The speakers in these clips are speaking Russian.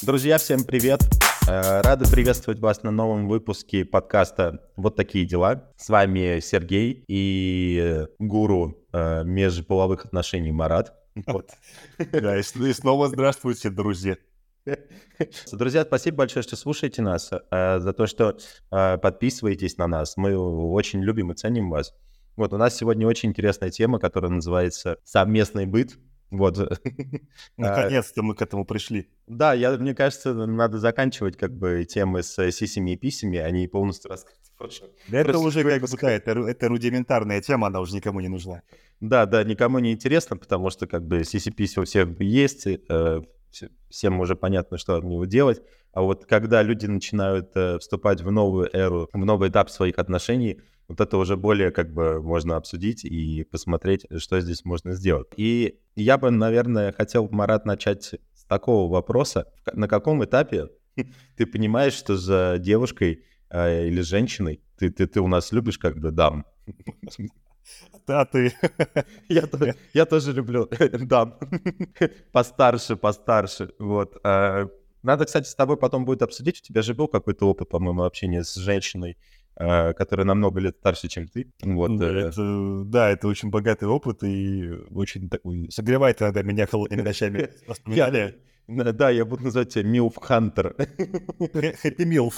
Друзья, всем привет! Рады приветствовать вас на новом выпуске подкаста «Вот такие дела». С вами Сергей и гуру межполовых отношений Марат. Вот. Да, и снова здравствуйте, друзья. Друзья, спасибо большое, что слушаете нас, за то, что подписываетесь на нас. Мы очень любим и ценим вас. Вот, у нас сегодня очень интересная тема, которая называется «Совместный быт». Вот. Наконец-то мы к этому пришли. Да, мне кажется, надо заканчивать как бы темы с сисями и писями, они полностью раскрыты. Это уже как бы, да, это рудиментарная тема, она уже никому не нужна. Да, никому не интересно, потому что как бы сиси-писи у всех есть, всем уже понятно, что от него делать. А вот когда люди начинают вступать в новую эру, в новый этап своих отношений, вот это уже более как бы можно обсудить и посмотреть, что здесь можно сделать. И я бы, наверное, хотел, Марат, начать с такого вопроса. На каком этапе ты понимаешь, что за девушкой или женщиной ты у нас любишь как бы дам? Да, ты. Я тоже люблю дам. Постарше. Вот. Надо, кстати, с тобой потом будет обсудить. У тебя же был какой-то опыт, по-моему, общения с женщиной, которая намного лет старше, чем ты. Вот. Да, это очень богатый опыт и очень такой... Согревает иногда меня холодными ночами. Да, я буду называть тебя Милф Хантер. Хэппи Милф.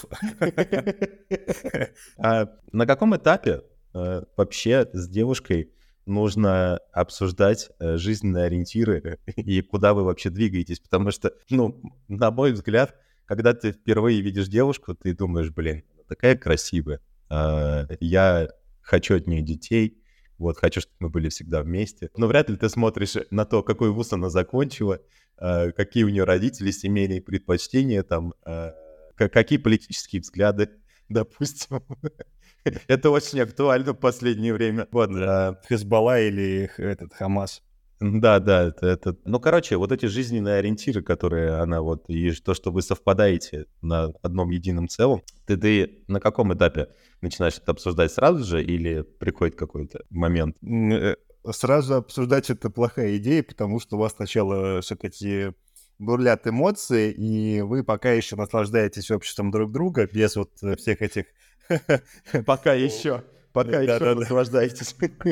На каком этапе вообще с девушкой нужно обсуждать жизненные ориентиры и куда вы вообще двигаетесь? Потому что, на мой взгляд, когда ты впервые видишь девушку, ты думаешь, блин, такая красивая, я хочу от нее детей, вот, хочу, чтобы мы были всегда вместе. Но вряд ли ты смотришь на то, какой вуз она закончила, какие у нее родители, семейные предпочтения, там, какие политические взгляды, допустим. Это очень актуально в последнее время. Вот. Хезболла или Хамас. Да, это... вот эти жизненные ориентиры, которые она вот, и то, что вы совпадаете на одном едином целом, ты на каком этапе начинаешь это обсуждать сразу же или приходит какой-то момент? Сразу обсуждать это плохая идея, потому что у вас сначала все-таки бурлят эмоции, и вы пока еще наслаждаетесь обществом друг друга без вот всех этих... Пока еще наслаждаетесь.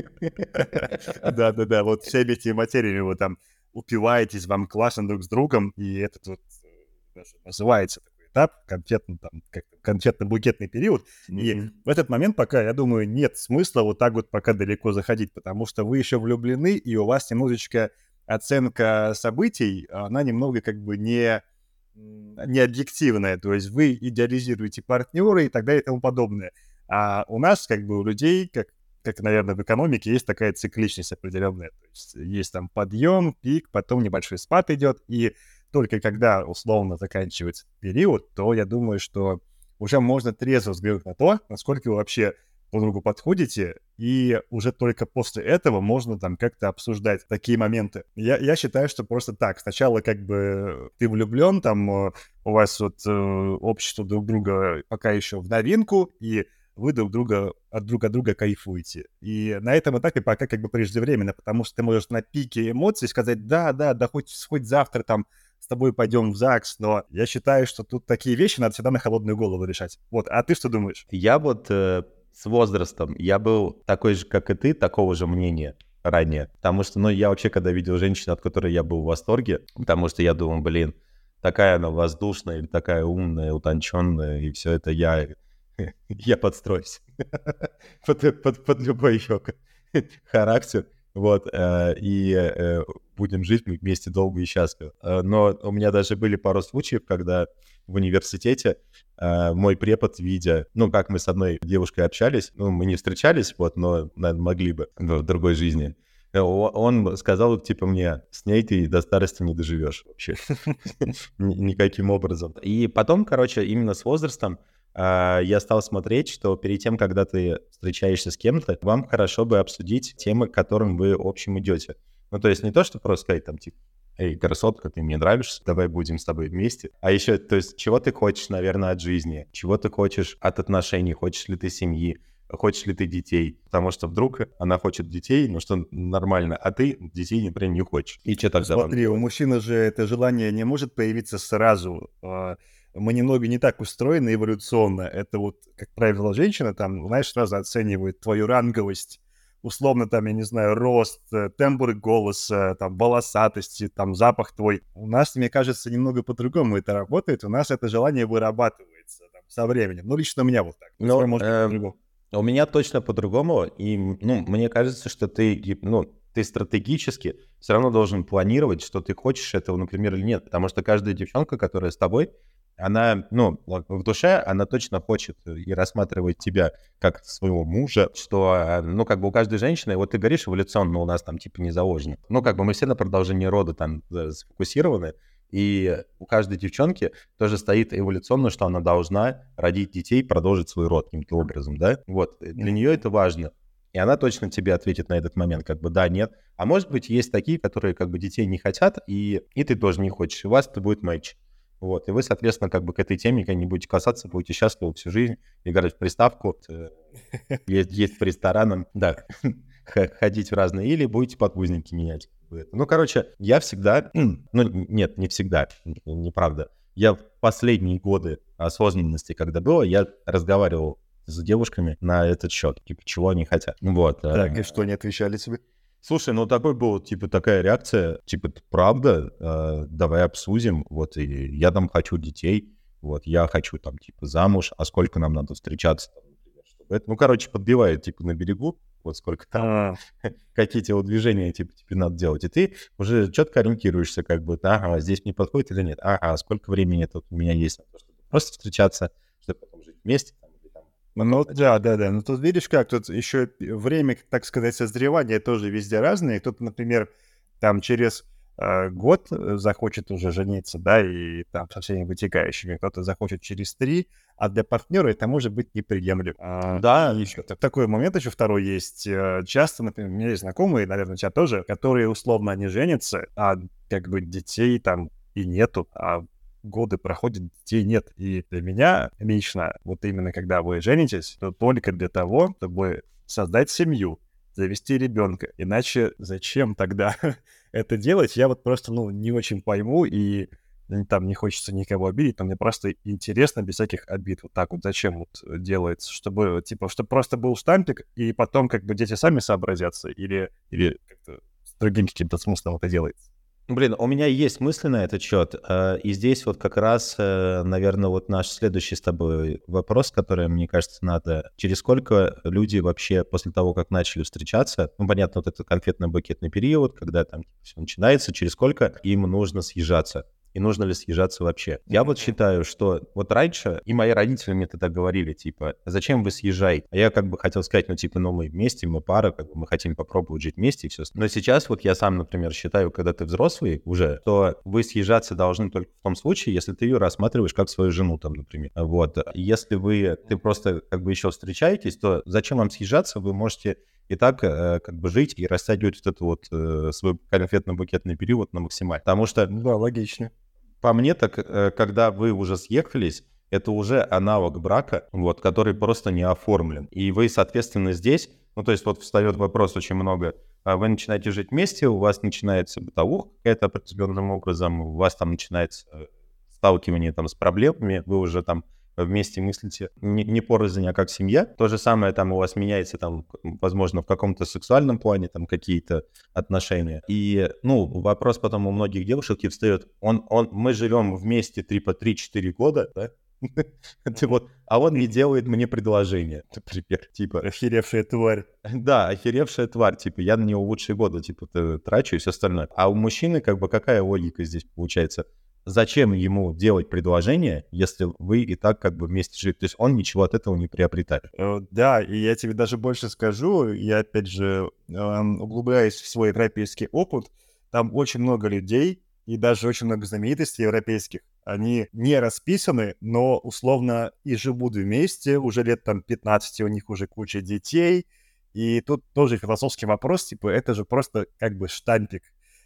Да, вот всеми этими материями вы там упиваетесь, вам классно друг с другом, и этот вот даже называется такой этап, конфетно-букетный период. И в этот момент пока, я думаю, нет смысла вот так вот пока далеко заходить, потому что вы еще влюблены, и у вас немножечко оценка событий, она немного как бы не объективная, то есть вы идеализируете партнера и так далее и тому подобное. А у нас, как бы, у людей, как, наверное, в экономике, есть такая цикличность определенная. То есть есть там подъем, пик, потом небольшой спад идет, и только когда условно заканчивается период, то я думаю, что уже можно трезво взглянуть на то, насколько вы вообще друг другу подходите, и уже только после этого можно там как-то обсуждать такие моменты. Я считаю, что просто так. Сначала как бы ты влюблен, там у вас вот общество друг друга пока еще в новинку, и вы друг от друга кайфуете. И на этом этапе пока как бы преждевременно, потому что ты можешь на пике эмоций сказать, да, хоть завтра там с тобой пойдем в ЗАГС, но я считаю, что тут такие вещи надо всегда на холодную голову решать. Вот, а ты что думаешь? Я вот с возрастом, я был такой же, как и ты, такого же мнения ранее. Потому что, я вообще, когда видел женщину, от которой я был в восторге, потому что я думал, блин, такая она воздушная, или такая умная, утонченная, и все это я подстроюсь под любой ее характер. Вот, и будем жить вместе долго и счастливо. Но у меня даже были пару случаев, когда в университете мой препод, видя, как мы с одной девушкой общались, мы не встречались, вот, но, наверное, могли бы в другой жизни, он сказал, типа, мне, с ней ты до старости не доживешь вообще никаким образом. И потом, именно с возрастом я стал смотреть, что перед тем, когда ты встречаешься с кем-то, вам хорошо бы обсудить темы, к которым вы общем идете. То есть не то, что просто сказать там, типа, эй, красотка, ты мне нравишься, давай будем с тобой вместе. А еще, то есть, чего ты хочешь, наверное, от жизни, чего ты хочешь от отношений, хочешь ли ты семьи, хочешь ли ты детей, потому что вдруг она хочет детей, ну что нормально, а ты детей, например, не хочешь. И что тогда вам Смотри, у делать? мужчины же это желание не может появиться сразу. Мы немного не так устроены эволюционно. Это вот, как правило, женщина там, знаешь, сразу оценивает твою ранговость, условно там, я не знаю, рост, тембр голоса, там, волосатости, там, запах твой. У нас, мне кажется, немного по-другому это работает. У нас это желание вырабатывается там, со временем. Ну, лично у меня вот так. У тебя, Но может быть, по-другому. у меня точно по-другому, и, ну, мне кажется, что ты стратегически все равно должен планировать, что ты хочешь этого, например, или нет, потому что каждая девчонка, которая с тобой, она, ну, вот в душе, она точно хочет и рассматривает тебя как своего мужа, что, ну, как бы у каждой женщины, вот ты говоришь эволюционно, у нас там типа не заложено, ну, как бы мы все на продолжении рода там сфокусированы, и у каждой девчонки тоже стоит эволюционно, что она должна родить детей, продолжить свой род каким-то образом, да? Вот, для нее это важно. И она точно тебе ответит на этот момент, как бы да, нет. А может быть, есть такие, которые как бы детей не хотят, и ты тоже не хочешь, и у вас это будет матч. Вот, и вы, соответственно, как бы к этой теме как не будете касаться, будете счастливы всю жизнь, играть в приставку, есть по ресторанам, да, ходить в разные, или будете подгузники менять. Ну, короче, я всегда, ну, нет, не всегда, неправда. Я в последние годы осознанности, когда было, я разговаривал с девушками на этот счет, типа, чего они хотят. Вот. Так, и что они отвечали тебе? Слушай, ну такой был, типа, такая реакция, типа, правда, давай обсудим, вот, и я там хочу детей, вот, я хочу там, типа, замуж, а сколько нам надо встречаться, там, например, чтобы это, ну, короче, подбивает, типа, на берегу, вот сколько там, какие телодвижения, типа, тебе надо делать, и ты уже четко ориентируешься, как бы, ага, здесь мне подходит или нет, ага, сколько времени тут у меня есть на то, чтобы просто встречаться, чтобы потом жить вместе, там, или там. Ну да. Ну тут видишь как, тут еще время, так сказать, созревания тоже везде разное. Кто-то, например, там через год захочет уже жениться, да, и там со всеми вытекающими. Кто-то захочет через 3, а для партнера это может быть неприемлемо. Да. И еще такой момент еще второй есть. Часто, например, у меня есть знакомые, наверное, у тебя тоже, которые условно не женятся, а как бы детей там и нету, а годы проходят, детей нет. И для меня лично, вот именно когда вы женитесь, то только для того, чтобы создать семью, завести ребенка. Иначе зачем тогда это делать? Я вот просто, ну, не очень пойму, и там не хочется никого обидеть, но мне просто интересно без всяких обид. Вот так вот зачем вот делается? Чтобы, типа, чтобы просто был штампик, и потом как бы дети сами сообразятся, или как-то с другим каким-то смыслом это делается. Блин, у меня есть мысли на этот счет, и здесь вот как раз, наверное, вот наш следующий с тобой вопрос, который, мне кажется, надо... Через сколько люди вообще после того, как начали встречаться, ну, понятно, вот это конфетно-букетный период, когда там все начинается, через сколько им нужно съезжаться? И нужно ли съезжаться вообще? Я вот считаю, что вот раньше, и мои родители мне тогда говорили, типа, зачем вы съезжаете? А я как бы хотел сказать, ну, типа, ну, мы вместе, мы пара, как бы мы хотим попробовать жить вместе и все. Но сейчас вот я сам, например, считаю, когда ты взрослый уже, то вы съезжаться должны только в том случае, если ты ее рассматриваешь как свою жену, там, например. Вот. Если ты просто как бы еще встречаетесь, то зачем вам съезжаться? Вы можете и так как бы жить и растягивать вот этот вот свой конфетно-букетный период на максимально. Потому что... Да, логично. По мне, так, когда вы уже съехались, это уже аналог брака, вот, который просто не оформлен. И вы, соответственно, здесь, ну, то есть вот встает вопрос очень много, вы начинаете жить вместе, у вас начинается бытовуха какая-то определенным образом, у вас там начинается сталкивание там с проблемами, вы уже там вместе мыслите не порознь, а как семья. То же самое там у вас меняется там, возможно, в каком-то сексуальном плане там какие-то отношения. И, ну, вопрос потом у многих девушек и встает, мы живем вместе по 3-4 года, да? А он не делает мне предложение, например, типа... Охеревшая тварь. Да, охеревшая тварь, типа, я на него лучшие годы, типа, трачу и все остальное. А у мужчины, как бы, какая логика здесь получается? Зачем ему делать предложение, если вы и так как бы вместе живете? То есть он ничего от этого не приобретает. Да, и я тебе даже больше скажу, я опять же углубляюсь в свой европейский опыт, там очень много людей и даже очень много знаменитостей европейских, они не расписаны, но условно и живут вместе, уже лет там 15 у них уже куча детей, и тут тоже философский вопрос, типа это же просто как бы штампик.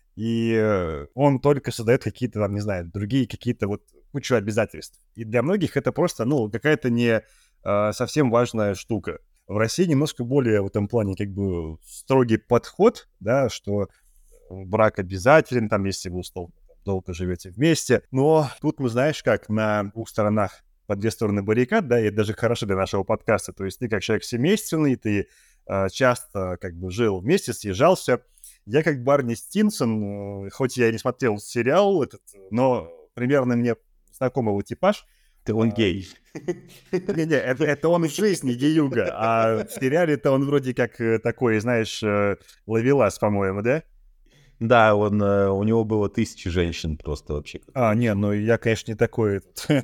И он только создает какие-то там, не знаю, другие какие-то вот кучу обязательств. И для многих это просто, ну, какая-то не совсем важная штука. В России немножко более в этом плане как бы строгий подход, да, что брак обязателен, там, если вы условно долго живете вместе. Но тут мы, знаешь, как на двух сторонах, по две стороны баррикад, да, и это даже хорошо для нашего подкаста. То есть ты как человек семейственный, ты часто как бы жил вместе, съезжался. Я как Барни Стинсон, хоть я и не смотрел сериал этот, но примерно мне знакомый его типаж. Он гей. Не-не, это он в жизни геюга, а в сериале-то он вроде как такой, знаешь, ловелас, по-моему, да? Да, у него было 1000 женщин просто вообще. Не, ну я, конечно, не такой,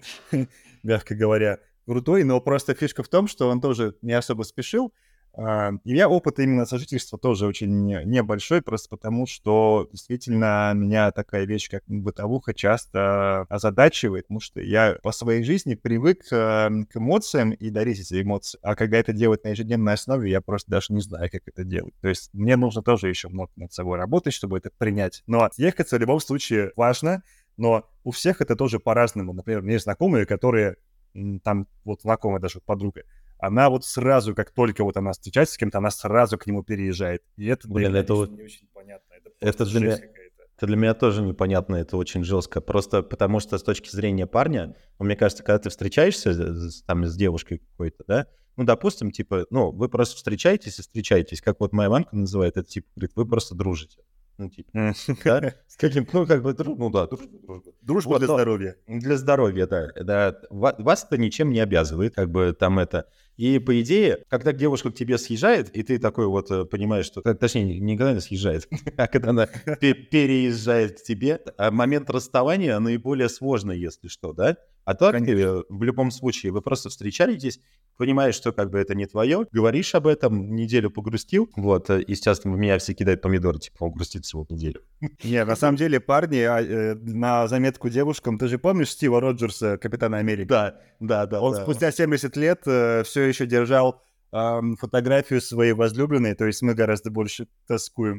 мягко говоря, крутой, но просто фишка в том, что он тоже не особо спешил. И у меня опыт именно сожительства тоже очень небольшой, просто потому что действительно меня такая вещь, как бытовуха, часто озадачивает, потому что я по своей жизни привык к эмоциям и дарить эти эмоции. А когда это делать на ежедневной основе, я просто даже не знаю, как это делать. То есть мне нужно тоже еще много над собой работать, чтобы это принять. Но съехаться в любом случае важно, но у всех это тоже по-разному. Например, у меня есть знакомые, которые там, вот знакомая даже подруга, она вот сразу, как только вот она встречается с кем-то, она сразу к нему переезжает. И это для меня не очень понятно. Это для меня тоже непонятно, это очень жестко. Просто потому что с точки зрения парня, мне кажется, когда ты встречаешься там с девушкой какой-то, да, ну, допустим, типа, ну, вы просто встречаетесь и встречаетесь, как вот моя мамка называет это, типа, говорит, вы просто дружите. Ну, типа, да, с каким-то, ну, как бы, ну, да, дружба. Дружба для здоровья. Для здоровья, да. Вас это ничем не обязывает, как бы, там это. И, по идее, когда девушка к тебе съезжает, и ты такой вот понимаешь, что... Точнее, не когда она съезжает, а когда она переезжает к тебе, момент расставания наиболее сложный, если что, да? А так, в любом случае, вы просто встречаетесь, понимаешь, что как бы это не твое, говоришь об этом, неделю погрустил, вот, и сейчас в меня все кидают помидоры, типа, он грустит всего неделю. Не, на самом деле, парни, на заметку девушкам, ты же помнишь Стива Роджерса, Капитана Америки? Да. Он спустя 70 лет все еще держал фотографию своей возлюбленной, то есть мы гораздо больше тоскуем.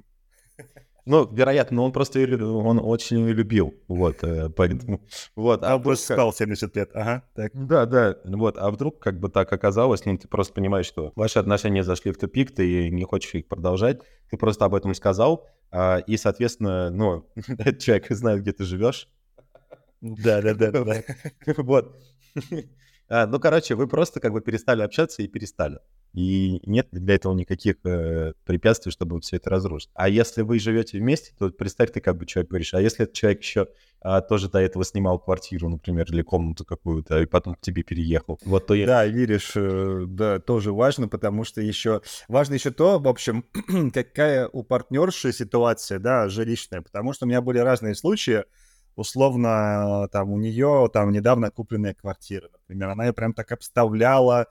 Ну, вероятно, он просто он очень ее любил, вот, поэтому... Вот, а вдруг спал 70 лет, ага, так. Да, вот, а вдруг как бы так оказалось, ну, ты просто понимаешь, что ваши отношения зашли в тупик, ты не хочешь их продолжать, ты просто об этом сказал, и, соответственно, ну, этот человек знает, где ты живешь. Да. Вот. Ну, короче, вы просто как бы перестали общаться и перестали. И нет для этого никаких препятствий, чтобы все это разрушить. А если вы живете вместе, то представь, ты как бы человек говоришь, а если этот человек еще тоже до этого снимал квартиру, например, или комнату какую-то, и потом к тебе переехал. Вот, то да, видишь, да, тоже важно, потому что важно еще то, в общем, какая у партнерши ситуация, да, жилищная, потому что у меня были разные случаи, условно, там, у нее там недавно купленная квартира, например, она ее прям так обставляла,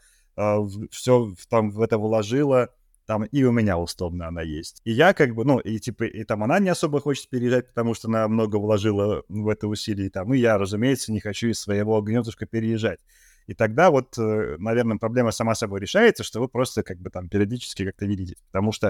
все там в это вложила, там и у меня условно она есть. И я как бы, ну, и типа, и там она не особо хочет переезжать, потому что она много вложила в это усилие, там, и я, разумеется, не хочу из своего гнездышка переезжать. И тогда вот, наверное, проблема сама собой решается, что вы просто как бы там периодически как-то видитесь. Потому что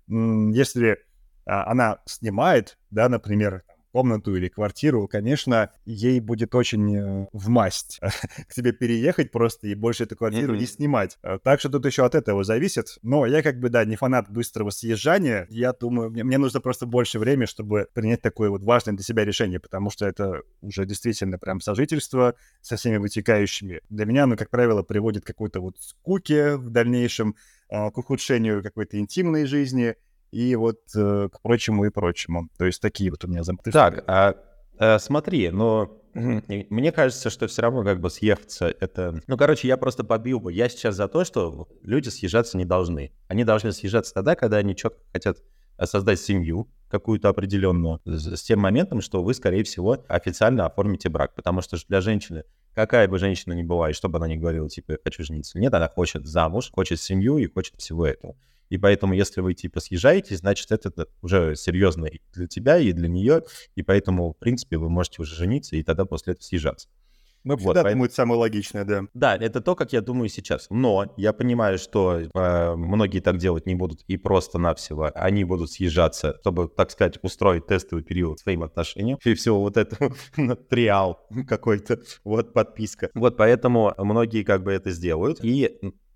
если она снимает, да, например, комнату или квартиру, конечно, ей будет очень в масть к тебе переехать просто и больше эту квартиру не снимать. Так что тут еще от этого зависит. Но я как бы, да, не фанат быстрого съезжания. Я думаю, мне нужно просто больше времени, чтобы принять такое вот важное для себя решение, потому что это уже действительно прям сожительство со всеми вытекающими. Для меня оно, как правило, приводит к какой-то вот скуке в дальнейшем, к ухудшению какой-то интимной жизни, и вот к прочему и прочему. То есть такие вот у меня замыслы. Так, смотри, но мне кажется, что все равно как бы съехаться это... Ну, короче, я просто побил бы. Я сейчас за то, что люди съезжаться не должны. Они должны съезжаться тогда, когда они четко хотят создать семью какую-то определенную, с тем моментом, что вы, скорее всего, официально оформите брак. Потому что для женщины, какая бы женщина ни была, и что бы она ни говорила, типа, я хочу жениться, нет, она хочет замуж, хочет семью и хочет всего этого. И поэтому, если вы, типа, съезжаетесь, значит, это уже серьезно и для тебя, и для нее, и поэтому, в принципе, вы можете уже жениться и тогда после этого съезжаться. Ну, всегда думаю, это самое логичное, да. Да, это то, как я думаю сейчас. Но я понимаю, что многие так делать не будут, и просто-навсего они будут съезжаться, чтобы, так сказать, устроить тестовый период своим отношениям. И все вот это триал какой-то, вот подписка. Вот поэтому многие как бы это сделают. И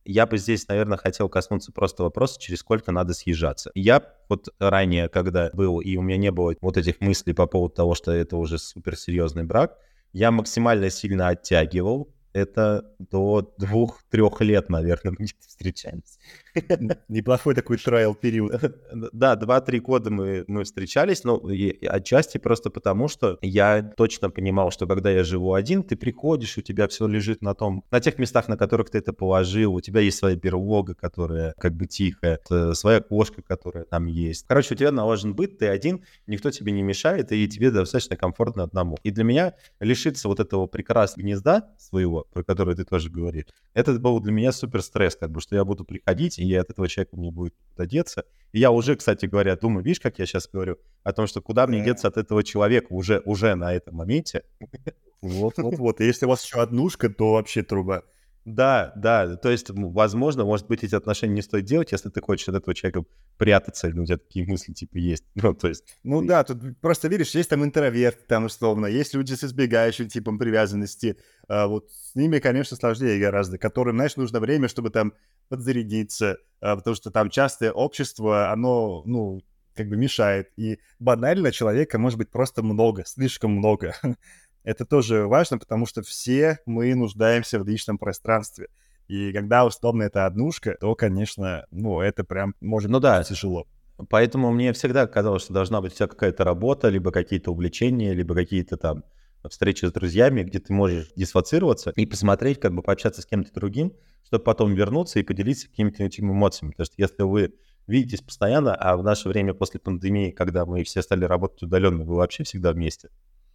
я бы здесь, наверное, хотел коснуться просто вопроса, через сколько надо съезжаться. Я вот ранее, когда был, и у меня не было вот этих мыслей по поводу того, что это уже суперсерьезный брак, я максимально сильно оттягивал. Это до 2-3 лет, наверное, мы где-то встречались. Неплохой такой трайл-период. Да, 2-3 года мы встречались, но отчасти просто потому, что я точно понимал, что когда я живу один, ты приходишь, у тебя все лежит на тех местах, на которых ты это положил, у тебя есть своя берлога, которая как бы тихая, своя кошка, которая там есть. Короче, у тебя налажен быт, ты один, никто тебе не мешает, и тебе достаточно комфортно одному. И для меня лишиться вот этого прекрасного гнезда своего, про которое ты тоже говоришь, это был для меня супер стресс, как бы, что я буду приходить, и от этого человека не будет куда деться. И я уже, кстати говоря, думаю, видишь, как я сейчас говорю, о том, что куда мне деться от этого человека уже на этом моменте. Вот. Если у вас еще однушка, то вообще труба. Да, то есть, возможно, может быть, эти отношения не стоит делать, если ты хочешь от этого человека прятаться, или у тебя такие мысли, типа, есть. Ну, то есть... Ну да, тут просто, видишь, есть там интроверт, там, условно, есть люди с избегающим типом привязанности, вот с ними, конечно, сложнее гораздо, которым, знаешь, нужно время, чтобы там подзарядиться, потому что там частое общество, оно, ну, как бы мешает, и банально человека может быть просто много, слишком много. Это тоже важно, потому что все мы нуждаемся в личном пространстве. И когда, условно, это однушка, то, конечно, ну, это прям может быть тяжело. Поэтому мне всегда казалось, что должна быть у тебя какая-то работа, либо какие-то увлечения, либо какие-то там встречи с друзьями, где ты можешь дислоцироваться и посмотреть, как бы пообщаться с кем-то другим, чтобы потом вернуться и поделиться какими-то этими эмоциями. Потому что если вы видитесь постоянно, а в наше время после пандемии, когда мы все стали работать удаленно, вы вообще всегда вместе.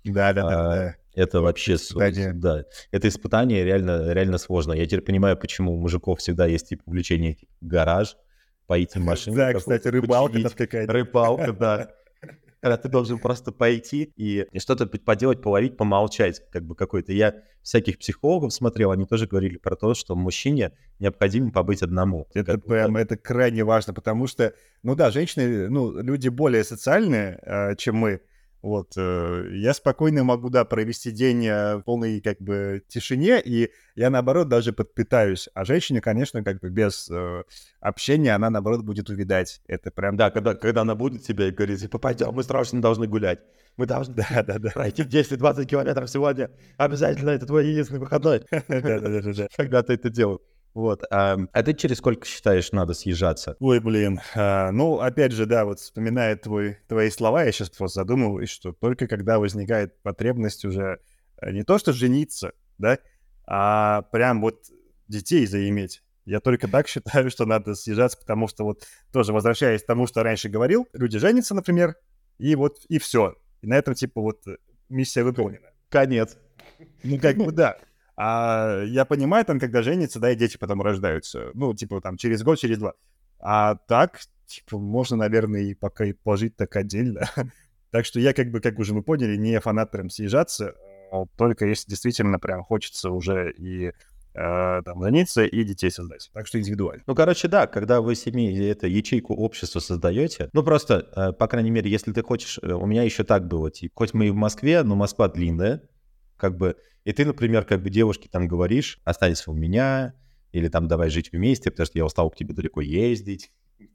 Да. Это вообще да. Это испытание реально сложно. Я теперь понимаю, почему у мужиков всегда есть типа увлечение типа гараж, поить машину. Да, кстати, рыбалка там какая-то. Рыбалка, да. Когда ты должен просто пойти и что-то поделать, половить, помолчать, как бы какой-то. Я всяких психологов смотрел, они тоже говорили про то, что мужчине необходимо побыть одному. Это прям, это крайне важно, потому что, ну да, женщины, ну, люди более социальные, чем мы. Вот, я спокойно могу, да, провести день в полной, как бы, тишине, и я, наоборот, даже подпитаюсь. А женщине, конечно, как бы без общения она, наоборот, будет увядать. Это прям... Да, когда она будет тебя и говорит, типа, пойдем, мы срочно должны гулять. Мы должны пройти 10-20 километров сегодня. Обязательно, это твой единственный выходной. Да. Когда ты это делаешь. Вот. А ты через сколько считаешь, надо съезжаться? Ой, блин. Ну, опять же, да, вот вспоминая твои слова, я сейчас просто задумываюсь, что только когда возникает потребность уже не то что жениться, да, а прям вот детей заиметь. Я только так считаю, что надо съезжаться, потому что вот тоже возвращаясь к тому, что раньше говорил, люди женятся, например, и вот, и все. И на этом, типа, вот миссия выполнена. Конец. Ну, как бы, да. А я понимаю, там, когда женятся, да, и дети потом рождаются. Ну, типа, там, через год, через 2. А так, типа, можно, наверное, и пока и пожить так отдельно. Так что я, как уже мы поняли, не фанат прям съезжаться, только если действительно прям хочется уже и там жениться, и детей создать. Так что индивидуально. Ну, короче, да, когда вы семьи, это ячейку общества создаете, ну, просто, по крайней мере, если ты хочешь, у меня еще так было, типа, хоть мы и в Москве, но Москва длинная, как бы, и ты, например, как бы девушке там говоришь, останься у меня, или там давай жить вместе, потому что я устал к тебе далеко ездить,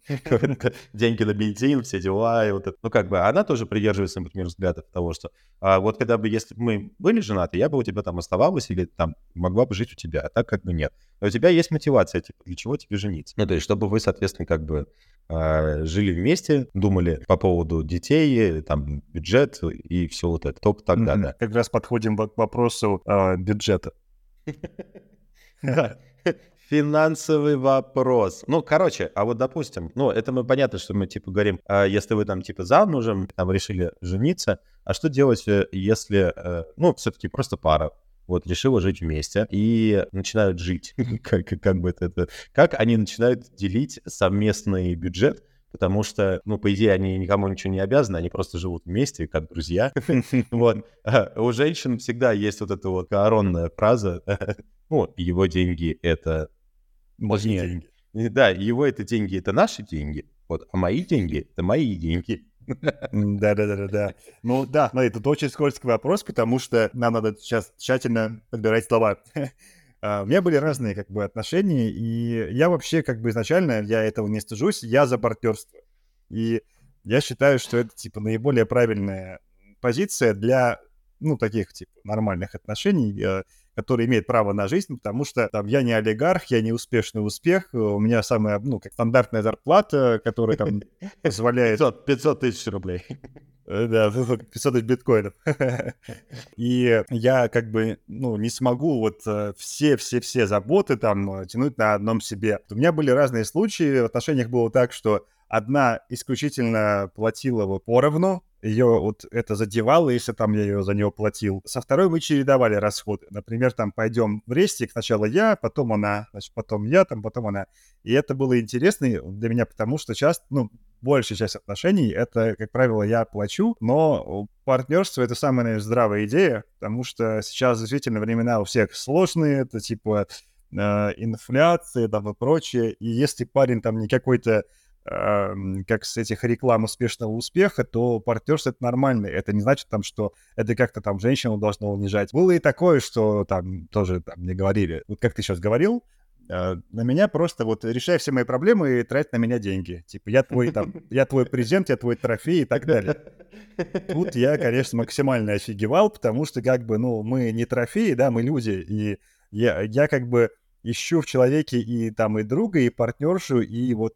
деньги на бензин, все дела, и вот это. Ну, как бы, она тоже придерживается, например, взглядов того, что вот когда бы, если бы мы были женаты, я бы у тебя там оставалась или там могла бы жить у тебя, а так как бы нет. Но у тебя есть мотивация, типа, для чего тебе жениться? Ну, то есть, чтобы вы, соответственно, как бы жили вместе, думали по поводу детей, там, бюджет и все вот это. Только тогда, да. Как раз подходим к вопросу бюджета. Финансовый вопрос. Ну, короче, а вот допустим, ну, это мы понятно, что мы, типа, говорим, если вы там, типа, замужем, там, решили жениться, а что делать, если, ну, все-таки просто пара, вот, решила жить вместе и начинают жить, как бы это, как они начинают делить совместный бюджет, потому что, ну, по идее, они никому ничего не обязаны, они просто живут вместе, как друзья. Вот. У женщин всегда есть вот эта вот коронная фраза, ну, его деньги — это... Мои деньги. Да, его это деньги — это наши деньги, вот, а мои деньги — это мои деньги. Да. Ну да, смотри, тут очень скользкий вопрос, потому что нам надо сейчас тщательно подбирать слова. У меня были разные как бы отношения, и я вообще как бы изначально, я этого не стыжусь, я за партнерство. И я считаю, что это типа наиболее правильная позиция для, ну, таких типа нормальных отношений, которые имеют право на жизнь, потому что там я не олигарх, я не успешный успех, у меня самая, ну, как стандартная зарплата, которая там позволяет... 500 тысяч рублей. Да, 500 тысяч биткоинов. И я как бы, ну, не смогу вот все заботы там тянуть на одном себе. У меня были разные случаи, в отношениях было так, что одна исключительно платила вот поровну, ее вот это задевало, если там я ее за нее платил. Со второй мы чередовали расходы. Например, там пойдем в рестик, сначала я, потом она, значит, потом я, там, потом она. И это было интересно для меня, потому что часто, ну, большая часть отношений, это, как правило, я плачу, но партнерство — это самая, наверное, здравая идея, потому что сейчас действительно времена у всех сложные, это типа инфляция там и прочее, и если парень там не какой-то как с этих реклам успешного успеха, то партнерство — это нормально. Это не значит там, что это как-то там женщину должно унижать. Было и такое, что там тоже там мне говорили, вот как ты сейчас говорил, на меня просто вот решай все мои проблемы и трать на меня деньги. Типа я твой там, я твой презент, я твой трофей и так далее. Тут я, конечно, максимально офигевал, потому что как бы, ну, мы не трофеи, да, мы люди, и я как бы ищу в человеке и там и друга, и партнершу, и вот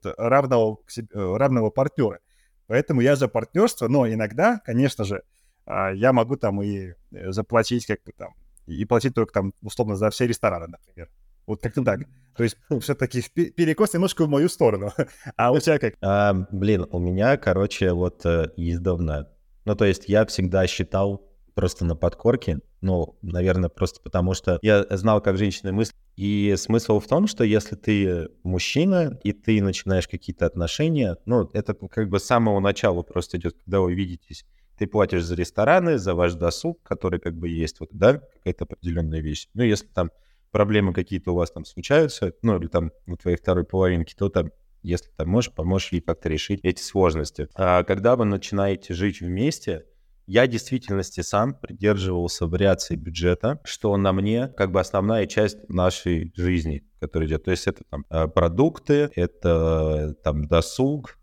равного партнера. Поэтому я за партнерство, но иногда, конечно же, я могу там и заплатить как бы там, и платить только там условно за все рестораны, например. Вот как-то так. То есть все-таки перекос немножко в мою сторону. А у тебя как? Блин, у меня, короче, вот издавна. Ну, то есть я всегда считал просто на подкорке, ну, наверное, просто потому что я знал, как женщины мыслят. И смысл в том, что если ты мужчина, и ты начинаешь какие-то отношения, ну, это как бы с самого начала просто идет, когда вы видитесь. Ты платишь за рестораны, за ваш досуг, который как бы есть, вот, да, какая-то определенная вещь. Ну, если там проблемы какие-то у вас там случаются, ну, или там у твоей второй половинки, то там, если там можешь, поможешь ей как-то решить эти сложности. А когда вы начинаете жить вместе, я в действительности сам придерживался вариации бюджета, что на мне как бы основная часть нашей жизни, которая идет. То есть это там продукты, это там досуг,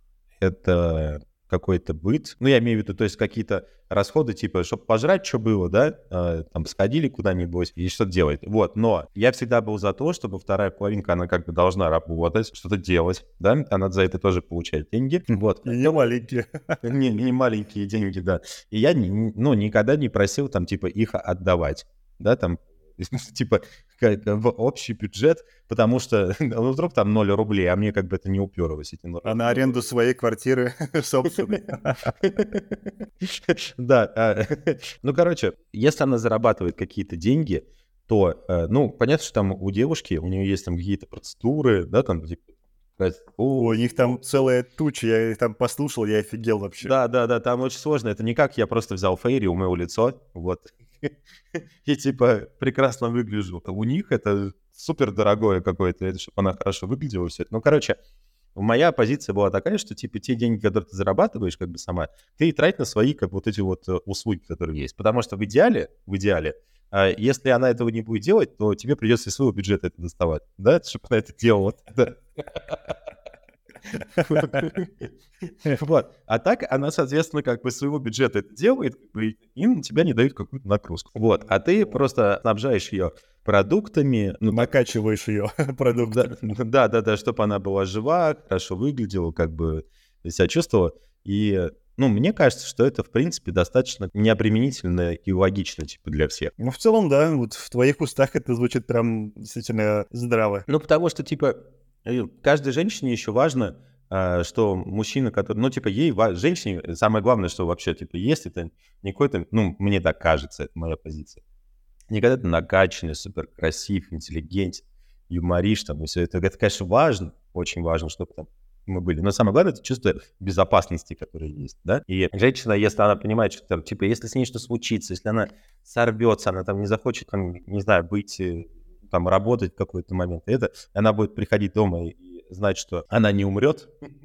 это какой-то быт. Ну, я имею в виду, то есть какие-то расходы, типа, чтобы пожрать, что было, да, там, сходили куда-нибудь и что-то делать. Вот, но я всегда был за то, чтобы вторая половинка, она как бы должна работать, что-то делать, да, она за это тоже получает деньги. Вот. И не маленькие. Не маленькие деньги, да. И я, ну, никогда не просил там, типа, их отдавать, да, там, типа, в общий бюджет, потому что, ну, вдруг там 0 рублей, а мне как бы это не уперлось. А на аренду своей квартиры собственной. Да, ну, короче, если она зарабатывает какие-то деньги, то, ну, понятно, что там у девушки, у нее есть там какие-то процедуры, да, там, типа, у них там целая туча, я их там послушал, я офигел вообще. Да, там очень сложно, это не как я просто взял фейри, умыл лицо, вот, и типа прекрасно выгляжу. У них это супер дорогое какое-то, это чтобы она хорошо выглядела все это. Ну, короче, моя позиция была такая, что типа те деньги, которые ты зарабатываешь как бы сама, ты трать на свои как вот эти вот услуги, которые есть. Потому что в идеале, если она этого не будет делать, то тебе придется из своего бюджета это доставать, да, чтобы она это делала. Вот. А так она, соответственно, как бы своего бюджета это делает, и на тебя не дают какую-то нагрузку. Вот. А ты просто снабжаешь ее продуктами. Ну, накачиваешь ее продуктами. Да, чтобы она была жива, хорошо выглядела, как бы себя чувствовала. И, ну, мне кажется, что это, в принципе, достаточно необременительно и логично, типа, для всех. Ну, в целом, да, вот в твоих устах это звучит прям действительно здраво. Ну, потому что, типа, каждой женщине еще важно, что мужчина, который, ну, типа, женщине самое главное, что вообще, типа, есть, это не какой-то, ну, мне так кажется, это моя позиция. Не когда ты накачанный, супер красив, интеллигентен, юморишь, там, и все это, конечно, важно, очень важно, чтобы там мы были. Но самое главное, это чувство безопасности, которое есть, да. И женщина, если она понимает, что там, типа, если с ней что случится, если она сорвется, она там не захочет, там, не знаю, быть, там, работать в какой-то момент, она будет приходить дома и знать, что она не умрет,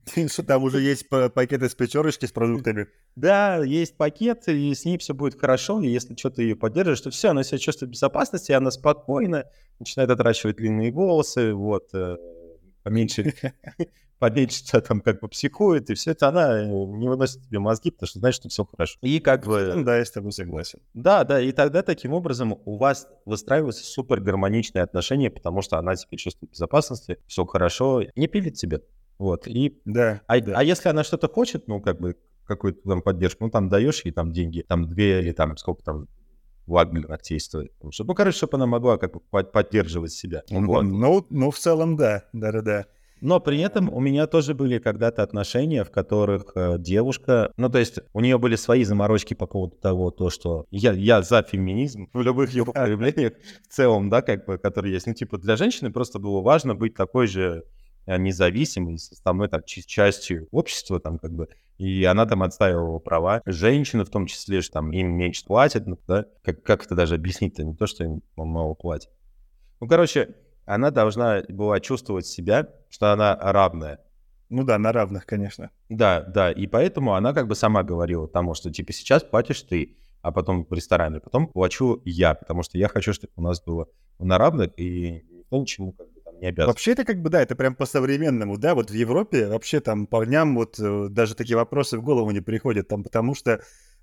Что там уже есть пакеты с пятерочки с продуктами? Да, есть пакет, и с ней все будет хорошо, и если что-то ее поддержишь, то все, она себя чувствует в безопасности, она спокойно начинает отращивать длинные волосы, вот, поменьше, поменьше там как бы психует, и все это она не выносит тебе мозги, потому что знает, что все хорошо. И как бы... Да, я с тобой согласен. Да, да, и тогда таким образом у вас выстраиваются супер гармоничные отношения, потому что она себя чувствует в безопасности, все хорошо, не пилит тебя. Вот, и... Да, А да. если она что-то хочет, ну, как бы, какую-то там поддержку, ну, там даешь ей там деньги, там 2 или там сколько там Вагнер ногтей стоит. Чтобы, ну, короче, чтобы она могла как бы поддерживать себя. Вот. Ну, в целом, да, да-да-да. Но при этом у меня тоже были когда-то отношения, в которых девушка... Ну, то есть у нее были свои заморочки по поводу того, то, что я за феминизм в любых его проявлениях в целом, да, как бы, который есть. Ну, типа, для женщины просто было важно быть такой же независимой, составной там частью общества, там, как бы, и она там отстаивала права. Женщины в том числе, что там им меньше платят, ну, да, как это даже объяснить-то, не то, что им мало платят. Ну, короче, она должна была чувствовать себя, что она равная. Ну да, на равных, конечно. Да, да, и поэтому она как бы сама говорила тому, что типа сейчас платишь ты, а потом в ресторане, потом плачу я, потому что я хочу, чтобы у нас было на равных, и никто ничему как бы там не обязан. Вообще это как бы, да, это прям по-современному, да, вот в Европе вообще там парням вот даже такие вопросы в голову не приходят, там, потому что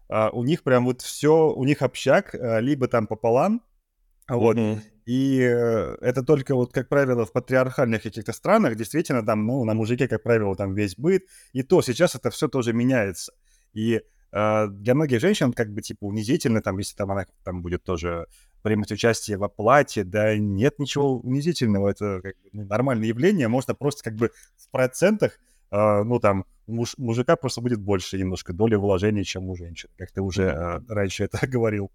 у них прям вот все, у них общак либо там пополам, вот, и это только вот, как правило, в патриархальных каких-то странах, действительно, там, ну, на мужике, как правило, там весь быт, и то сейчас это все тоже меняется. И для многих женщин, как бы, типа, унизительно, там, если там она там будет тоже принимать участие в оплате, да, нет ничего унизительного, это как бы, ну, нормальное явление, можно просто как бы в процентах, ну, там, мужика просто будет больше немножко доли вложений, чем у женщин, как ты уже раньше это говорил.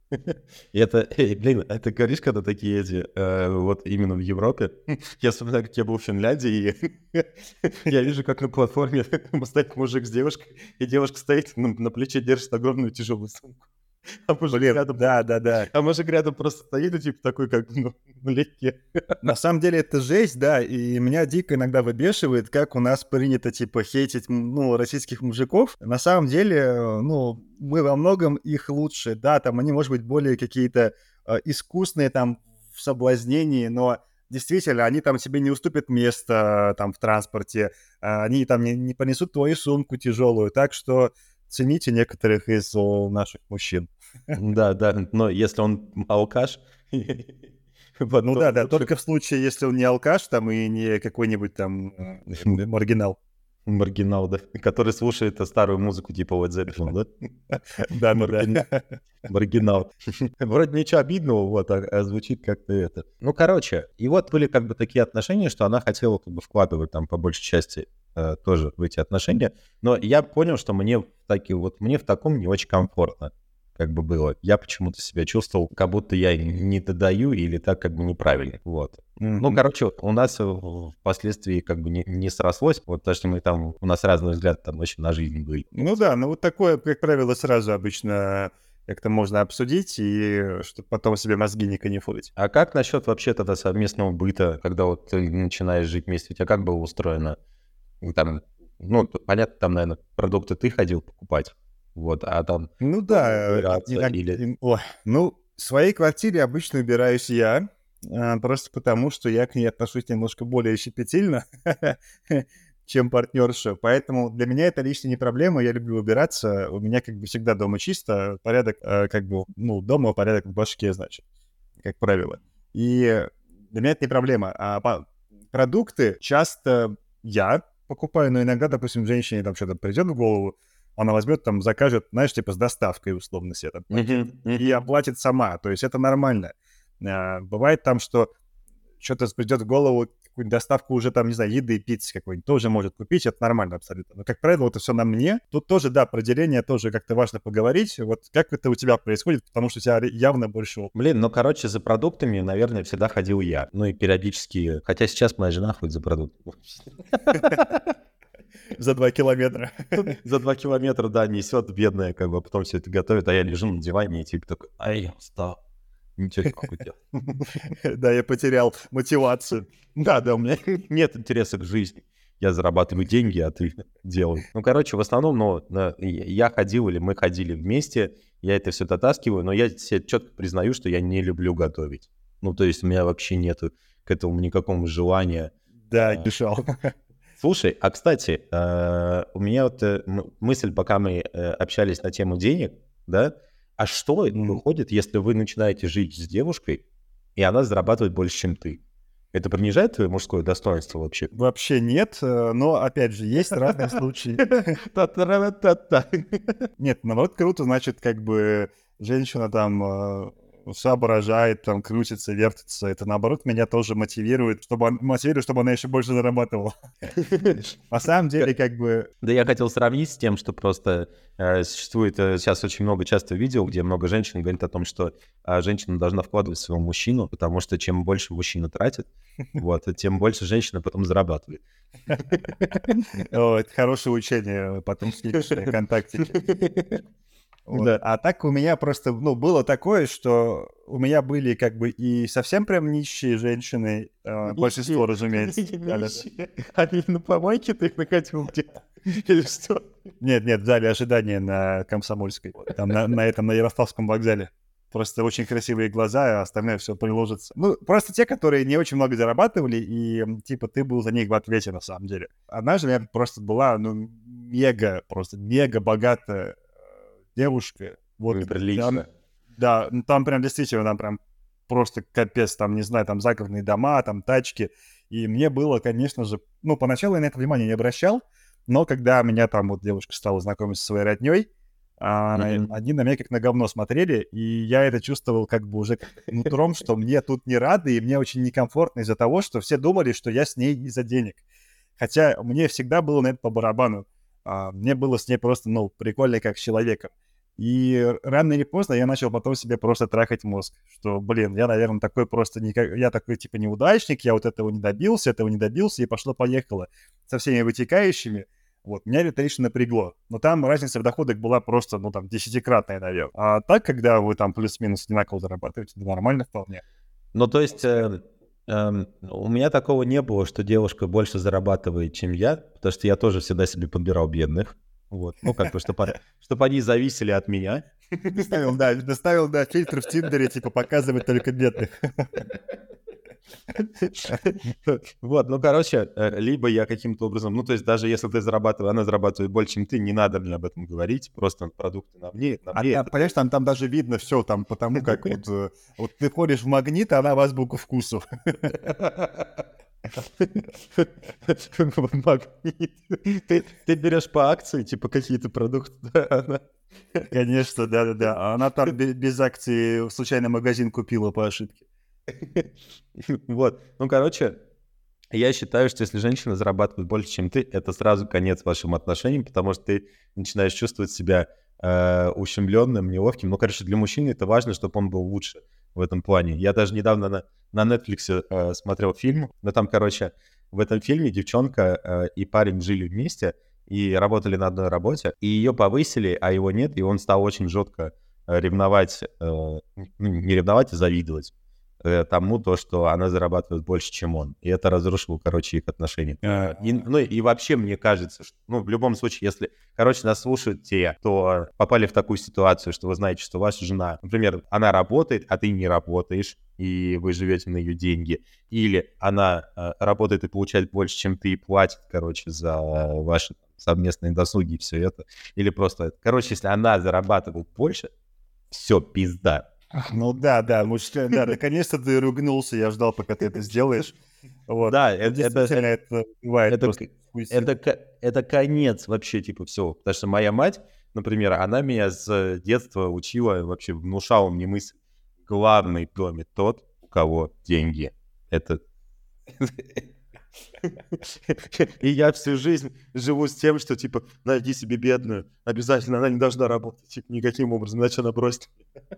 И это, блин, это говоришь, когда такие эти, вот именно в Европе. Я вспоминаю, как я был в Финляндии, и я вижу, как на платформе стоит мужик с девушкой, и девушка стоит на плече, держит огромную тяжелую сумку. А мужик Блин, рядом, да. а мужик рядом просто стоит, и типа такой, как, ну, налегке. На самом деле это жесть, да, и меня дико иногда выбешивает, как у нас принято, типа, хейтить, ну, российских мужиков. На самом деле, ну, мы во многом их лучше, да, там они, может быть, более какие-то искусные там в соблазнении, но действительно, они там себе не уступят место там в транспорте, они там не понесут твою сумку тяжелую, так что цените некоторых из наших мужчин. Да, да, но если он алкаш... вот, Ну то да, лучше только в случае, если он не алкаш там и не какой-нибудь там маргинал. маргинал, да, который слушает старую музыку типа Led Zeppelin, да? Да. Маргинал. Вроде ничего обидного, вот, а звучит как-то это. Ну, короче, и вот были как бы такие отношения, что она хотела как бы вкладывать там по большей части тоже в эти отношения, но я понял, что мне в таком не очень комфортно как бы было. Я почему-то себя чувствовал, как будто я не додаю или так как бы неправильно, вот. Ну, короче, у нас впоследствии как бы не срослось, вот, потому что мы там, у нас разный взгляд там очень на жизнь были. Ну да, ну вот такое, как правило, сразу обычно как-то можно обсудить, и чтобы потом себе мозги не канифолить. А как насчет вообще тогда совместного быта, когда вот ты начинаешь жить вместе? У тебя как было устроено? Там, ну, понятно, там, наверное, продукты ты ходил покупать, вот, а там... Ну да, ну, в своей квартире обычно убираюсь я, просто потому, что я к ней отношусь немножко более щепетильно, чем партнерша. Поэтому для меня это лично не проблема, я люблю убираться. У меня как бы всегда дома чисто, порядок как бы, ну, дома порядок в башке, значит, как правило. И для меня это не проблема. А продукты часто я покупаю, но иногда, допустим, женщине там что-то придет в голову, она возьмет там, закажет, знаешь, типа с доставкой условно себе там, и оплатит сама. То есть это нормально. Бывает там, что что-то придет в голову, какую-нибудь доставку уже там, не знаю, еды, пиццы какой-нибудь тоже может купить, это нормально абсолютно. Но, как правило, это все на мне. Тут тоже, да, про деление тоже как-то важно поговорить. Вот как это у тебя происходит, потому что у тебя явно больше опыта. Блин, ну, короче, за продуктами, наверное, всегда ходил я. Ну, и периодически, хотя сейчас моя жена ходит за продуктами. За 2 километра. За 2 километра, да, несет бедная, как бы, потом все это готовит, а я лежу на диване и типа такой, ай, я устал. Ничего не могу делать. Да, я потерял мотивацию. Да, у меня нет интереса к жизни. я зарабатываю деньги, а ты делай. Ну, короче, в основном, я ходил или мы ходили вместе, я это все дотаскиваю, но я себе четко признаю, что я не люблю готовить. Ну, то есть у меня вообще нету к этому никакого желания. Да, дышал. Слушай, а кстати, у меня вот мысль, пока мы общались на тему денег, да, а что выходит, если вы начинаете жить с девушкой, и она зарабатывает больше, чем ты? Это принижает твое мужское достоинство вообще? Вообще нет, но, опять же, есть разные случаи. Нет, наоборот, круто, значит, как бы женщина там соображает, там, крутится, вертится. Это, наоборот, меня тоже мотивирует, чтобы она еще больше зарабатывала. На самом деле, как бы... Да я хотел сравнить с тем, что просто существует сейчас очень много часто видео, где много женщин говорит о том, что женщина должна вкладывать в своего мужчину, потому что чем больше мужчина тратит, вот, тем больше женщина потом зарабатывает. Это хорошее учение, потом скидываешь ВКонтакте. Вот. Да. А так у меня просто, было такое, что у меня были как бы и совсем прям нищие женщины, большинство, разумеется. Они на помойке ты их находил где-то? Или что? Нет, в зале ожидания на Комсомольской, там на Ярославском вокзале. Просто очень красивые глаза, а остальное все приложится. Ну, просто те, которые не очень много зарабатывали, и, типа, ты был за них в ответе, на самом деле. Она же просто была, мега богатая девушка. Вот, прилично. Да, там прям действительно, там прям просто капец, там, не знаю, там загородные дома, там тачки. И мне было, конечно же, поначалу я на это внимание не обращал, но когда меня там вот девушка стала знакомить со своей роднёй, они на меня как на говно смотрели, и я это чувствовал как бы уже нутром, что мне тут не рады, и мне очень некомфортно из-за того, что все думали, что я с ней из-за денег. Хотя мне всегда было на это по барабану. Мне было с ней просто, прикольно как с человеком. И рано или поздно я начал потом себе просто трахать мозг, что, я, наверное, такой просто я такой, типа, неудачник, я вот этого не добился, и пошло-поехало со всеми вытекающими. Вот, меня это лично напрягло. Но там разница в доходах была просто, 10-кратная, наверное. А так, когда вы там плюс-минус одинаково зарабатываете, это нормально вполне. Ну, то есть... у меня такого не было, что девушка больше зарабатывает, чем я, потому что я тоже всегда себе подбирал бедных. Вот. Как бы, чтобы они зависели от меня. Доставил, фильтр в Тиндере, типа, показывать только бедных. Вот, либо я каким-то образом, то есть даже если ты зарабатываешь, она зарабатывает больше, чем ты, не надо мне об этом говорить, просто продукты на мне. Понимаешь, там даже видно все, там, потому как вот ты ходишь в Магнит, а она в Азбуку вкусу. Ты берешь по акции, типа, какие-то продукты. Конечно, да. Она там без акции в случайный магазин купила по ошибке. Вот, я считаю, что если женщина зарабатывает больше, чем ты, это сразу конец вашим отношениям, потому что ты начинаешь чувствовать себя ущемленным, неловким. Для мужчины это важно, чтобы он был лучше в этом плане. Я даже недавно на Netflix смотрел фильм, но там, в этом фильме девчонка и парень жили вместе и работали на одной работе, и ее повысили, а его нет, и он стал очень жестко ревновать, не ревновать, а завидовать тому, что она зарабатывает больше, чем он. И это разрушило, их отношения. И вообще, мне кажется, что, в любом случае, если, нас слушают те, кто попали в такую ситуацию, что вы знаете, что ваша жена, например, она работает, а ты не работаешь, и вы живете на ее деньги, или она работает и получает больше, чем ты, и платит, за ваши совместные досуги и все это, или просто, если она зарабатывает больше, все, пизда. Наконец-то ты ругнулся, я ждал, пока ты это сделаешь. Вот. Да, это бывает. Это конец вообще, все. Потому что моя мать, например, она меня с детства учила, вообще внушала мне мысль: главный в доме тот, у кого деньги. Это... И я всю жизнь живу с тем, что, найди себе бедную, обязательно она не должна работать, никаким образом, иначе она бросит.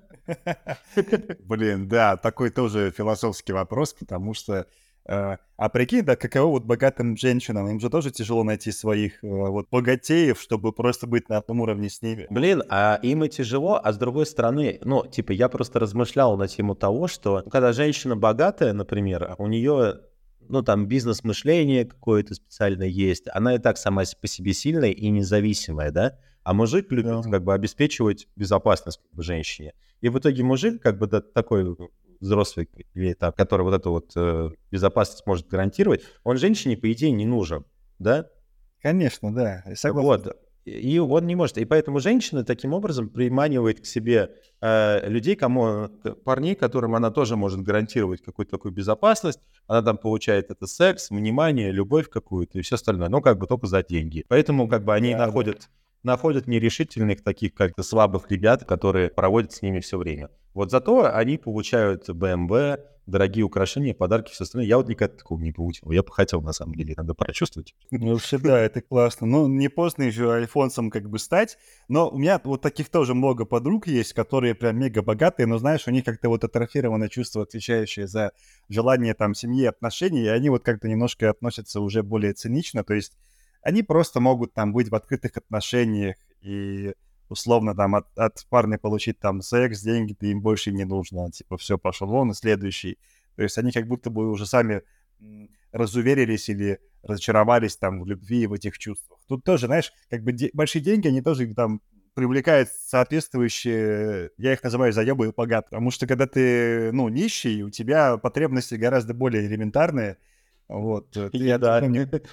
Да, такой тоже философский вопрос, потому что, прикинь, каково богатым женщинам, им же тоже тяжело найти своих богатеев, чтобы просто быть на одном уровне с ними. Им и тяжело, а с другой стороны, я просто размышлял на тему того, что когда женщина богатая, например, у нее ну, там, бизнес-мышление какое-то специальное есть, она и так сама по себе сильная и независимая, да, а мужик любит как бы обеспечивать безопасность как бы женщине. И в итоге мужик как бы такой взрослый, или, там, который вот эту вот безопасность может гарантировать, он женщине, по идее, не нужен, да? Конечно, да, согласен. Вот. И он не может. И поэтому женщина таким образом приманивает к себе людей, парней, которым она тоже может гарантировать какую-то такую безопасность. Она там получает это секс, внимание, любовь какую-то и все остальное. Но как бы только за деньги. Поэтому как бы они находят нерешительных таких как-то слабых ребят, которые проводят с ними все время. Вот зато они получают BMW, дорогие украшения, подарки, все остальное. Я вот никогда такого не получил. Я бы хотел, на самом деле, иногда прочувствовать. Ну, вообще, да, это классно. Ну, не поздно еще альфонсом как бы стать. Но у меня вот таких тоже много подруг есть, которые прям мега богатые, но, знаешь, у них как-то вот атрофировано чувство, отвечающее за желание там семьи, отношений, и они вот как-то немножко относятся уже более цинично. То есть они просто могут там быть в открытых отношениях и условно там от парня получить там секс, деньги, им больше не нужно. Типа все, пошел вон, и следующий. То есть они как будто бы уже сами разуверились или разочаровались там в любви и в этих чувствах. Тут тоже, знаешь, как бы большие деньги, они тоже там привлекают соответствующие, я их называю заебы и богат, потому что когда ты, ну, нищий, у тебя потребности гораздо более элементарные, вот. Еда.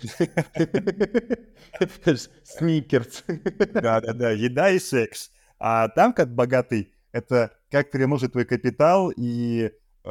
Сникерс. Да-да-да, еда и секс. А там, как богатый, это как перемножить твой капитал и,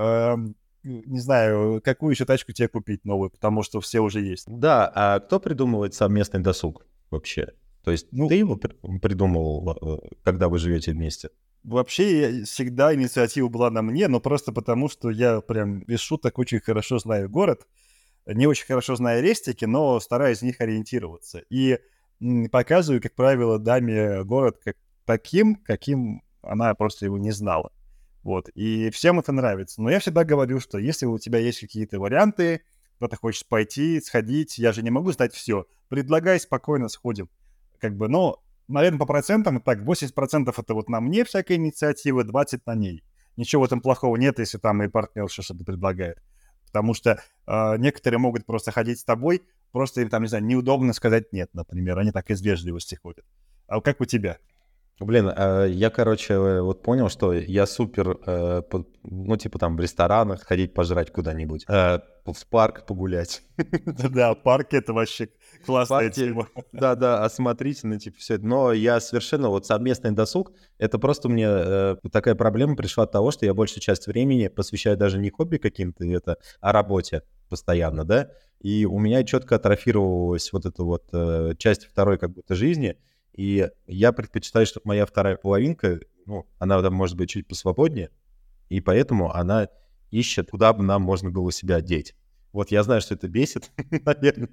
не знаю, какую еще тачку тебе купить новую, потому что все уже есть. Да, а кто придумывает совместный досуг вообще? То есть ты его придумывал, когда вы живете вместе? Вообще, всегда инициатива была на мне, но просто потому, что я прям без шуток очень хорошо знаю город, не очень хорошо знаю рестики, но стараюсь в них ориентироваться. И показываю, как правило, даме город как таким, каким она просто его не знала. Вот. И всем это нравится. Но я всегда говорю, что если у тебя есть какие-то варианты, куда-то хочешь пойти, сходить, я же не могу знать все. Предлагай, спокойно сходим. Как бы, но, наверное, по процентам, так, 80% это вот на мне всякая инициатива, 20% на ней. Ничего в этом плохого нет, если там и партнерша что-то предлагает. Потому что некоторые могут просто ходить с тобой, просто им там, не знаю, неудобно сказать нет, например. Они так из вежливости ходят. А как у тебя? Блин, я, короче, вот понял, что я супер, ну, типа там в ресторанах ходить пожрать куда-нибудь, в парк погулять. Да, парк — это вообще классная тема. Да-да, осмотрительно, типа все это. Но я совершенно, вот совместный досуг, это просто мне такая проблема пришла от того, что я большую часть времени посвящаю даже не хобби каким-то, а работе постоянно, да, и у меня четко атрофировалась вот эта вот часть второй как будто жизни, и я предпочитаю, чтобы моя вторая половинка, ну, она там может быть чуть посвободнее, и поэтому она ищет, куда бы нам можно было себя одеть. Вот я знаю, что это бесит, наверное,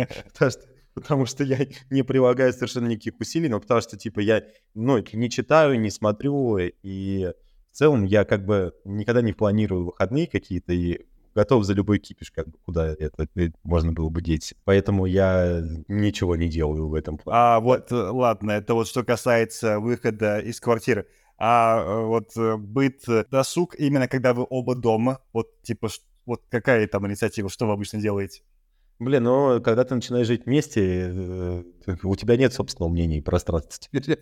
потому что я не прилагаю совершенно никаких усилий, но потому что, типа, я, ну, не читаю, не смотрю, и в целом я как бы никогда не планирую выходные какие-то, и готов за любой кипиш, как бы, куда это можно было бы деть. Поэтому я ничего не делаю в этом плане. А вот, ладно, это вот что касается выхода из квартиры. А вот быт, досуг, именно когда вы оба дома, вот типа, вот какая там инициатива, что вы обычно делаете? Блин, ну, когда ты начинаешь жить вместе, у тебя нет собственного мнения и пространства теперь.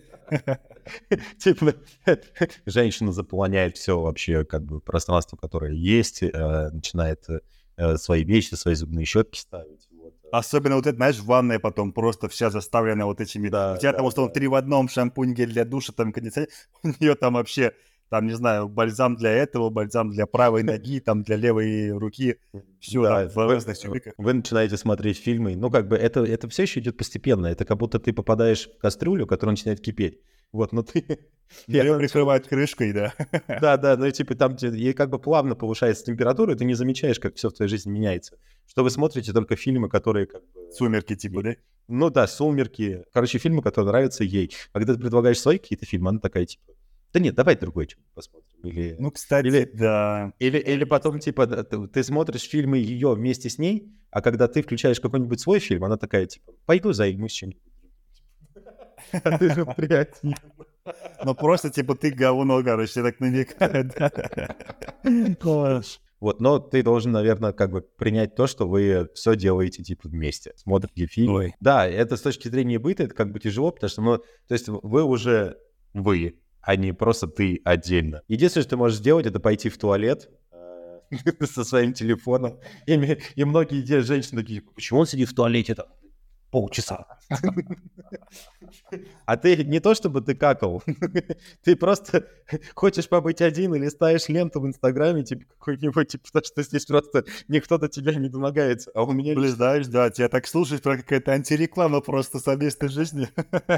Типа, женщина заполоняет все вообще, как бы, пространство, которое есть, начинает свои вещи, свои зубные щетки ставить. Особенно вот это, знаешь, ванная потом просто вся заставлена вот этими... У тебя там, условно, 3 в одном, шампунь, гель для душа, там кондиционер. У нее там вообще, там, не знаю, бальзам для этого, бальзам для правой ноги, там, для левой руки. Все там в разных тюбиках. Вы начинаете смотреть фильмы. Ну, как бы, это все еще идет постепенно. Это как будто ты попадаешь в кастрюлю, которая начинает кипеть. Вот, но ты... Ее прикрывают крышкой, да. Да, ну, типа, там и как бы плавно повышается температура, и ты не замечаешь, как все в твоей жизни меняется. Что вы смотрите только фильмы, которые как бы... Сумерки, типа, да? Ну да, «Сумерки». Короче, фильмы, которые нравятся ей. А когда ты предлагаешь свои какие-то фильмы, она такая, типа, да нет, давай другой что-нибудь посмотрим. Или... Ну, кстати, да. Или потом, типа, ты смотришь фильмы ее вместе с ней, а когда ты включаешь какой-нибудь свой фильм, она такая, типа, пойду займусь чем-нибудь. А ты же приятель. Ну, просто, типа, ты говно, короче, так намекаю. Вот, но ты должен, наверное, как бы принять то, что вы все делаете, типа, вместе. Смотрите фильм. Ой. Да, это с точки зрения быта, это как бы тяжело, потому что, ну, то есть вы уже вы, а не просто ты отдельно. Единственное, что ты можешь сделать, это пойти в туалет со своим телефоном. И многие женщины такие, почему он сидит в туалете там полчаса? А ты не то, чтобы ты какал, ты просто хочешь побыть один или ставишь ленту в Инстаграме, типа, какой-нибудь, типа, потому что здесь просто никто до тебя не домогается, а у меня... Блин, знаешь, да, тебя так слушаешь, про какая-то антиреклама просто совместной жизни.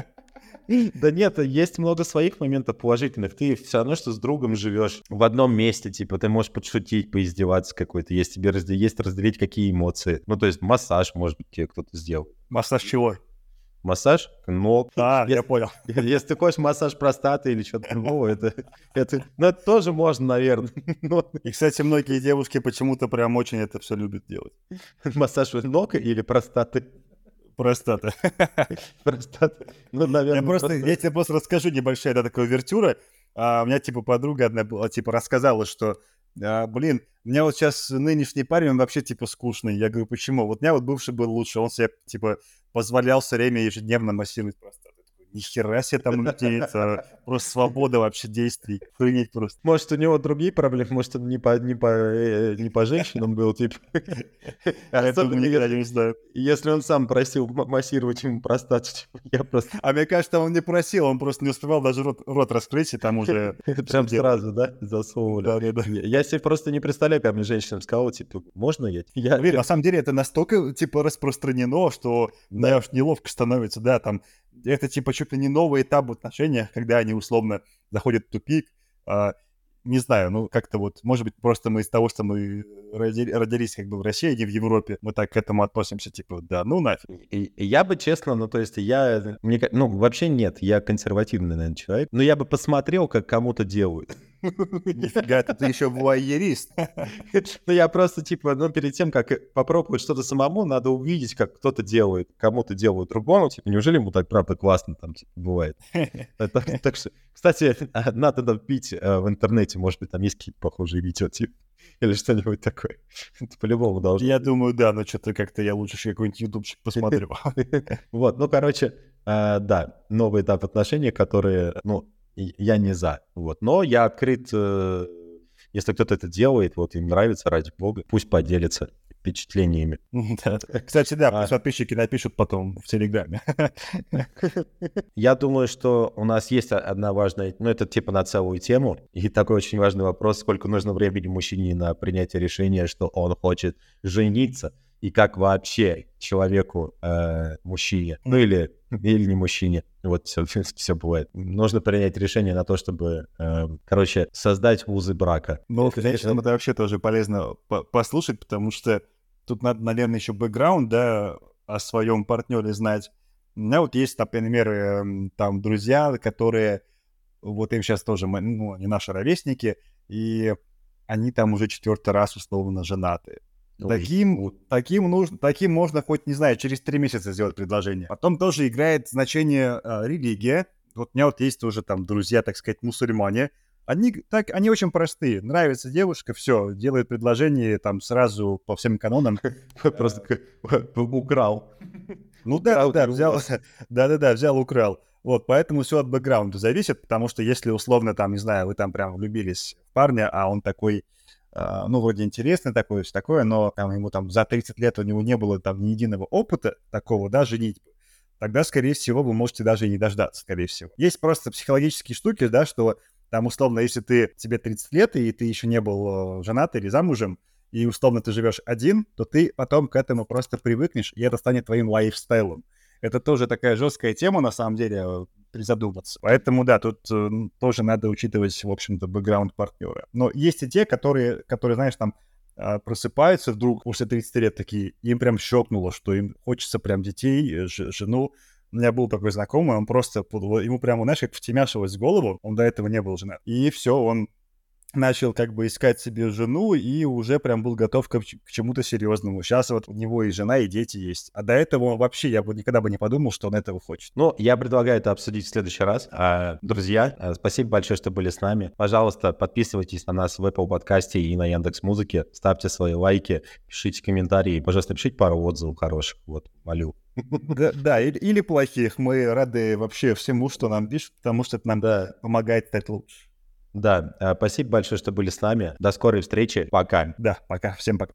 Да нет, есть много своих моментов положительных. Ты все равно, что с другом живешь в одном месте, типа, ты можешь подшутить, поиздеваться какой-то, есть тебе есть разделить какие эмоции. Ну, то есть массаж, может быть, тебе кто-то сделал. Массаж чего? Массаж ног. Я Если, понял. если ты хочешь массаж простаты или что-то другого, ну, это тоже можно, наверное. Но И, кстати, многие девушки почему-то прям очень это все любят делать. массаж ног или простаты? Простата. Простаты. Ну, наверное, Я тебе просто расскажу небольшая, да, такая увертюра. У меня, типа, подруга одна была, типа, рассказала, что, блин, у меня вот сейчас нынешний парень, он вообще, типа, скучный. Я говорю, почему? Вот у меня вот бывший был лучше, он себе, типа, позволял все время ежедневно массировать простату. Нихера себе там у людей, это просто свобода вообще действий. Охренеть просто. Может, у него другие проблемы, может, он не по женщинам был, типа. Это мы никогда не знаем. Если он сам просил массировать ему простату, типа, я просто... А мне кажется, он не просил, он просто не успевал даже рот раскрыть, и там уже... Прям сразу, да, засовывали. Да. Я себе просто не представляю, как мне женщинам сказала, типа, можно я? Блин, на самом деле это настолько, типа, распространено, что мне аж неловко становится, да, там, это, типа, чуть ли не новый этап в отношениях, когда они, условно, заходят в тупик, не знаю, ну, как-то вот, может быть, просто мы из того, что мы родились как бы в России, а не в Европе, мы так к этому относимся, типа, да, ну нафиг. И я бы, честно, ну, то есть вообще нет, я консервативный, наверное, человек, но я бы посмотрел, как кому-то делают. Нифига, ты еще вуайерист. Ну, я просто, типа, ну, перед тем, как попробовать что-то самому, надо увидеть, как кто-то делает, кому-то делают другому, типа, неужели ему так, правда, классно там, типа, бывает. Так что, кстати, надо вбить в интернете, может быть, там есть какие-то похожие видео, типа, или что-нибудь такое. Это по-любому должно. Я думаю, да, но что-то как-то я лучше какой-нибудь ютубчик посмотрю. Вот, ну, короче, да, новый этап отношений, которые, ну, я не за, вот, но я открыт, если кто-то это делает, вот, им нравится, ради бога, пусть поделится впечатлениями. Да. Кстати, да, пусть подписчики напишут потом в Телеграме. Я думаю, что у нас есть одна важная, ну, это типа на целую тему, и такой очень важный вопрос, сколько нужно времени мужчине на принятие решения, что он хочет жениться, и как вообще человеку, мужчине, ну или не мужчине, вот все бывает. Нужно принять решение на то, чтобы, короче, создать узы брака. Ну, конечно, это вообще тоже полезно послушать, потому что тут надо, наверное, еще бэкграунд, да, о своем партнере знать. У меня вот есть, например, там друзья, которые, вот им сейчас тоже, ну, они наши ровесники, и они там уже 4-й раз условно женаты. Таким можно хоть, не знаю, через 3 месяца сделать предложение. Потом тоже играет значение религия. Вот у меня вот есть тоже там друзья, так сказать, мусульмане. Они очень простые. Нравится девушка, все, делает предложение там сразу по всем канонам. Просто украл. Ну да, взял, украл. Вот, поэтому все от бэкграунда зависит, потому что если условно там, не знаю, вы там прям влюбились в парня, а он такой, ну, вроде интересный такой, все такое, но там ему там за 30 лет у него не было там ни единого опыта такого, да, женитьбы, тогда, скорее всего, вы можете даже и не дождаться, скорее всего. Есть просто психологические штуки, да, что там, условно, если тебе 30 лет, и ты еще не был женат или замужем, и, условно, ты живешь один, то ты потом к этому просто привыкнешь, и это станет твоим лайфстайлом. Это тоже такая жесткая тема, на самом деле, призадуматься. Поэтому, да, тут тоже надо учитывать, в общем-то, бэкграунд партнера. Но есть и те, которые, знаешь, там просыпаются вдруг после 30 лет такие, им прям щелкнуло, что им хочется прям детей, жену. У меня был такой знакомый, он просто, ему прямо, знаешь, как втемяшилось в голову, он до этого не был женат. И все, он начал как бы искать себе жену и уже прям был готов к чему-то серьезному. Сейчас вот у него и жена, и дети есть. А до этого вообще я бы никогда бы не подумал, что он этого хочет. Ну, я предлагаю это обсудить в следующий раз. Друзья, спасибо большое, что были с нами. Пожалуйста, подписывайтесь на нас в Apple подкасте и на Яндекс.Музыке. Ставьте свои лайки, пишите комментарии. Пожалуйста, пишите пару отзывов хороших. Вот, молю. Да, или плохих. Мы рады вообще всему, что нам пишут, потому что это нам помогает стать лучше. Да, спасибо большое, что были с нами. До скорой встречи. Пока. Да, пока. Всем пока.